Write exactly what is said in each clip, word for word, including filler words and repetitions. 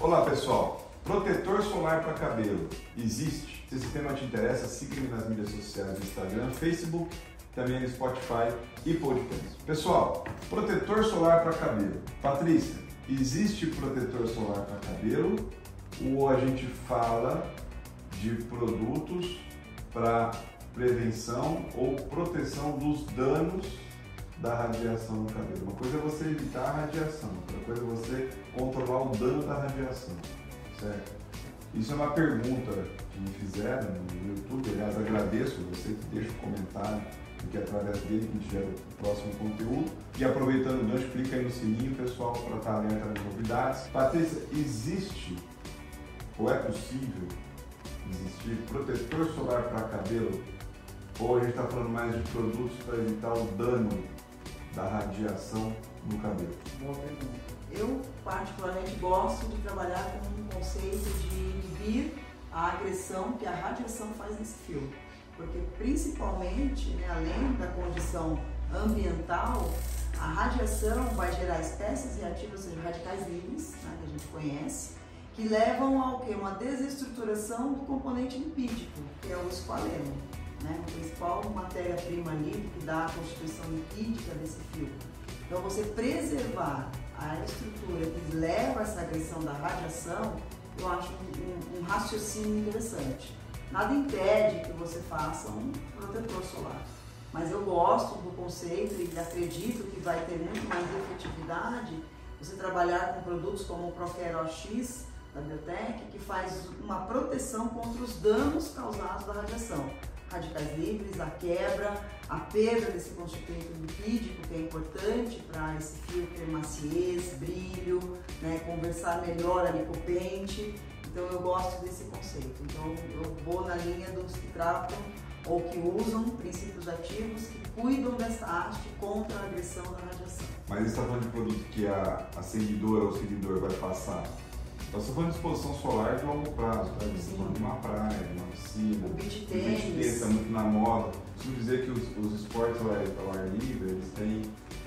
Olá pessoal, protetor solar para cabelo existe? Se esse tema te interessa, siga-me nas mídias sociais do Instagram, Facebook, também no Spotify e podcast. Pessoal, protetor solar para cabelo. Patrícia, existe protetor solar para cabelo ou a gente fala de produtos para prevenção ou proteção dos danos da radiação no cabelo? Uma coisa é você evitar a radiação, outra coisa é você controlar o dano da radiação, certo? Isso é uma pergunta que me fizeram no YouTube, aliás, agradeço você que deixa um comentário, porque é através dele que a gente gera o próximo conteúdo. E aproveitando o gancho, clica aí no sininho, pessoal, para estar alerta nas novidades. Patrícia, existe ou é possível existir protetor solar para cabelo? Ou a gente está falando mais de produtos para evitar o dano da radiação no cabelo? Boa pergunta. Eu, particularmente, gosto de trabalhar com um conceito de inibir a agressão que a radiação faz nesse fio. Porque, principalmente, né, além da condição ambiental, a radiação vai gerar espécies reativas, ou seja, radicais livres, né, que a gente conhece, que levam ao quê? Uma desestruturação do componente lipídico, que é o esqualeno, né, a principal matéria-prima ali que dá a constituição lipídica desse fio. Então, você preservar a estrutura que leva a essa agressão da radiação, eu acho um, um, um raciocínio interessante. Nada impede que você faça um protetor solar, mas eu gosto do conceito e acredito que vai ter muito mais efetividade você trabalhar com produtos como o Procare O X da Biotech, que faz uma proteção contra os danos causados da radiação. Radicais livres, a quebra, a perda desse constituinte lipídico, que é importante para esse fio ter maciez, brilho, né, conversar melhor ali com o pente. Então eu gosto desse conceito. Então eu vou na linha dos que tratam ou que usam princípios ativos que cuidam dessa haste contra a agressão da radiação. Mas você está falando de produto que a, a seguidora ou o seguidor vai passar? Nós estamos falando de exposição solar de longo prazo, tá? Estamos falando de uma praia, de uma piscina. O beach O beach tênis está muito na moda. Preciso dizer que os, os esportes ao ar, ao ar livre, eles têm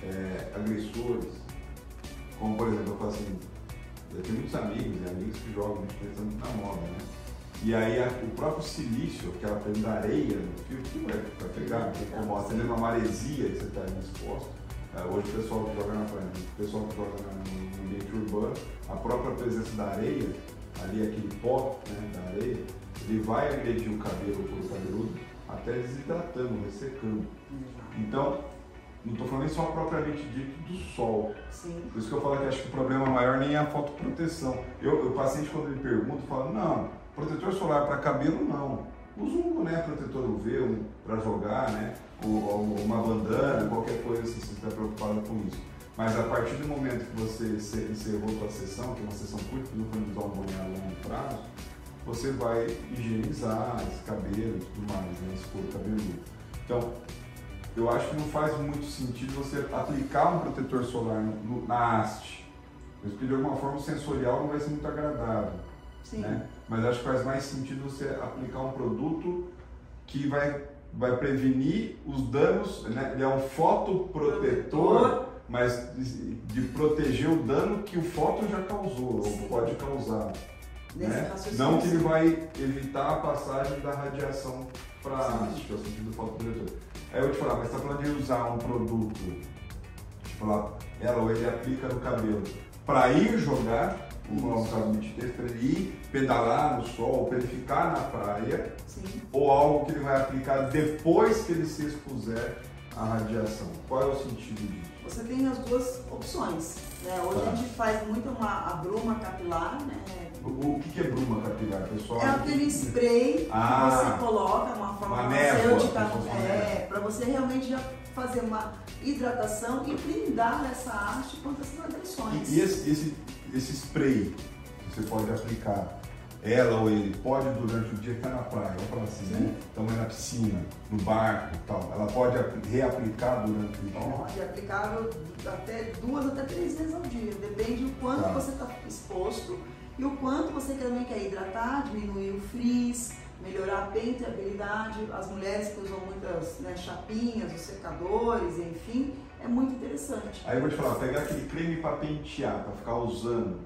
é, agressores. Como, por exemplo, eu falo assim, eu tenho muitos amigos e amigos que jogam beach tênis, está muito na moda, né? E aí a, o próprio silício, que ela tem da areia no fio, que vai, vai pegar, porque como atendendo uma maresia que você está exposto. Hoje o pessoal que joga na praia, o pessoal que joga no ambiente urbano, a própria presença da areia, ali aquele pó, né, da areia, ele vai agredir o cabelo, o couro cabeludo, até desidratando, ressecando. Então, não estou falando só propriamente dito do sol. Sim. Por isso que eu falo que acho que o problema maior nem é a fotoproteção. Eu, o paciente, quando ele pergunta, fala, não, protetor solar para cabelo não. Usa um, né, protetor U V um, para jogar, né, ou, ou uma bandana, qualquer coisa assim, se você está preocupado com isso. Mas a partir do momento que você encerrou a sua sessão, que é uma sessão curta, que não foi usar um boné a longo prazo, você vai higienizar esse cabelo e tudo mais, né, esse couro cabeludo. Então, eu acho que não faz muito sentido você aplicar um protetor solar no, na haste, porque de alguma forma o sensorial não vai ser muito agradável. Sim. Né? Mas acho que faz mais sentido você aplicar um produto que vai, vai prevenir os danos, né? Ele é um fotoprotetor, Protetor. mas de, de proteger o dano que o foto já causou, Sim. ou pode causar. Né? Não que ele vai evitar a passagem da radiação para a haste, que é o sentido do fotoprotetor. Aí eu vou te falar, mas você está falando de usar um produto, tipo lá, ela ou ele aplica no cabelo para ir jogar, no caso do beach tênis, para ele ir pedalar no sol, para ele ficar na praia, Sim. ou algo que ele vai aplicar depois que ele se expuser à radiação? Qual é o sentido disso? Você tem as duas opções, né? Hoje tá. a gente faz muito uma, a bruma capilar, né? O, o que é bruma capilar, pessoal? É aquele spray ah, que você coloca, uma forma farmacêutica, é, para você realmente já fazer uma hidratação e blindar essa haste contra essas agressões. E, e esse, esse, esse spray que você pode aplicar, ela ou ele, pode durante o dia estar na praia, vamos falar assim, né? Então é na piscina, no barco e tal, ela pode reaplicar durante o dia? Pode, é aplicável até duas até três vezes ao dia, depende do quanto tá. você está exposto e o quanto você também quer hidratar, diminuir o frizz, melhorar a penteabilidade. As mulheres que usam muitas, né, chapinhas, os secadores, enfim, é muito interessante. Aí eu vou te falar, pegar aquele creme para pentear, para ficar usando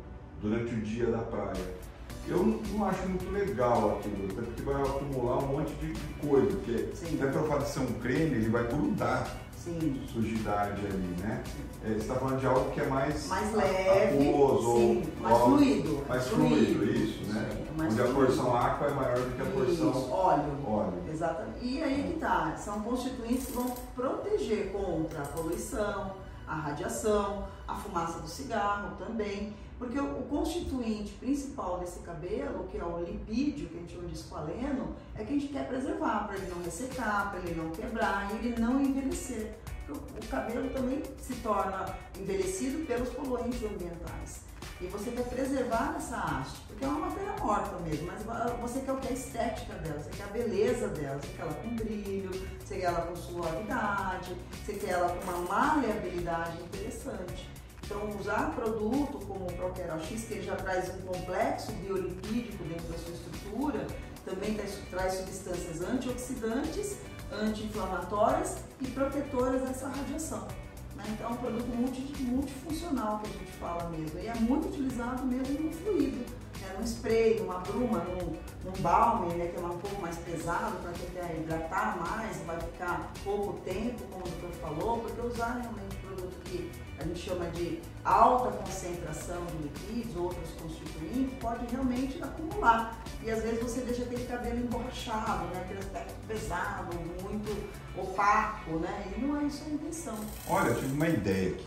durante o dia da praia. Eu não acho muito legal aquilo, até porque vai acumular um monte de coisa, porque Sim. até pelo fato de ser um creme, ele vai grudar Sim. sujidade ali, né? É, você está falando de algo que é mais, mais leve, aquoso, sim, ou, mais ou, fluido. Mais fluido, fluido, isso, né? Sim, mais onde fluido. a porção água é maior do que a porção isso, óleo. óleo. Exatamente. E aí que tá, são constituintes que vão proteger contra a poluição, a radiação, a fumaça do cigarro também, porque o, o constituinte principal desse cabelo, que é o lipídio, que a gente chama de esqualeno, é que a gente quer preservar, para ele não ressecar, para ele não quebrar e ele não envelhecer. Porque o, o cabelo também se torna envelhecido pelos poluentes ambientais. E você quer preservar essa haste, porque é uma matéria morta mesmo, mas você quer o que? A estética dela, você quer a beleza dela, você quer ela com brilho, você quer ela com suavidade, você quer ela com uma maleabilidade interessante. Então, usar produto como o Proqueral X, que ele já traz um complexo biolipídico dentro da sua estrutura, também traz substâncias antioxidantes, anti-inflamatórias e protetoras dessa radiação. Então é um produto multi, multifuncional que a gente fala mesmo, e é muito utilizado mesmo no fluido, né? Num spray, numa bruma, num, num balme, né? Que é um pouco mais pesado para quem quer hidratar mais, vai ficar pouco tempo, como o doutor falou, porque usar realmente produto que a gente chama de alta concentração de lipídios, outros constituintes, pode realmente acumular. E às vezes você deixa aquele cabelo emborrachado, né? Aquele aspecto pesado, muito opaco, né? E não é isso a intenção. Olha, eu tive uma ideia aqui.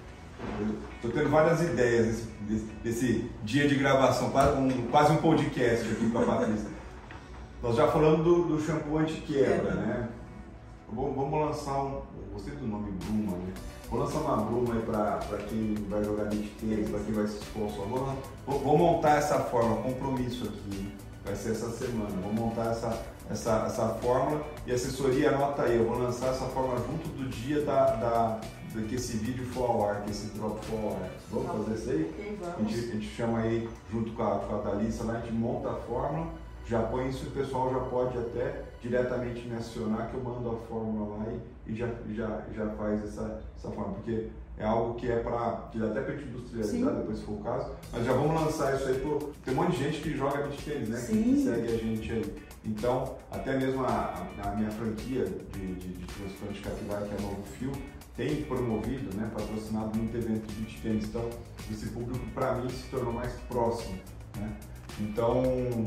Estou tendo várias ideias desse, desse, desse dia de gravação, quase um, quase um podcast aqui com a Patrícia. Nós já falamos do, do shampoo anti-quebra, é. né? Vamos, vamos lançar um. Eu gostei do nome Bruma, né? Vou lançar uma bruma aí para quem vai jogar beach tênis, para quem vai se expor. Vou, vou, vou montar essa fórmula, compromisso aqui, vai ser essa semana. Vou montar essa, essa, essa fórmula e a assessoria anota aí. Eu vou lançar essa fórmula junto do dia da, da, do que esse vídeo for ao ar, que esse drop for ao ar. Vamos fazer isso aí? Okay, vamos. A, gente, a gente chama aí, junto com a, com a Thalissa, lá, a gente monta a fórmula, já põe isso e o pessoal já pode até diretamente me acionar que eu mando a fórmula lá e, e já, já, já faz essa, essa fórmula, porque é algo que é para, que dá até para gente industrializar, Sim. depois se for o caso, mas já vamos lançar isso aí, pro, tem um monte de gente que joga beach tênis, né, que, que segue a gente aí. Então, até mesmo a, a, a minha franquia de, de, de transplante capilar, que é Novo Fio, tem promovido, né, patrocinado muito evento de beach tênis, então esse público para mim se tornou mais próximo, né, então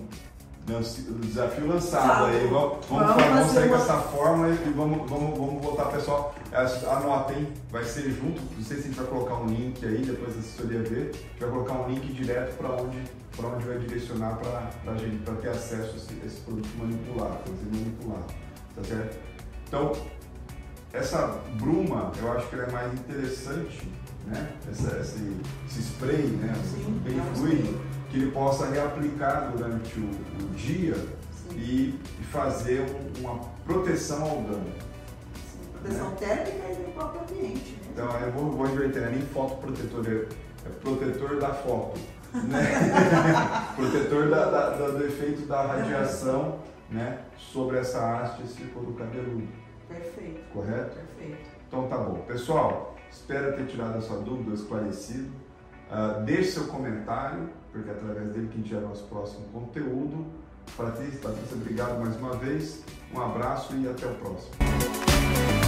o desafio lançado aí, vamos, vamos, vamos, vamos sair uma... com essa fórmula e vamos, vamos, vamos botar, pessoal, anotem, vai ser junto, não sei se a gente vai colocar um link aí, depois da assessoria ver, a gente vai colocar um link direto para onde, para onde vai direcionar para a gente, para ter acesso a esse, esse produto manipulado, para ser manipulado, tá certo? Então, essa bruma, eu acho que ela é mais interessante, né? Essa, esse, esse spray, né? Sim, bem fluido, que ele possa reaplicar durante o, o dia e, e fazer um, uma proteção ao dano. Sim, proteção né? térmica e do próprio ambiente. Né? Então eu vou, vou inverter, não é nem fotoprotetor, é, é protetor da foto. Né? Protetor da, da, da, do efeito da radiação, né? Sobre essa haste esse couro cabeludo. Perfeito. Correto? Perfeito. Então tá bom. Pessoal, espero ter tirado a sua dúvida, esclarecido. Uh, deixe seu comentário, porque é através dele que a gente gera nosso próximo conteúdo. Patrícia, Patrícia, obrigado mais uma vez. Um abraço e até o próximo.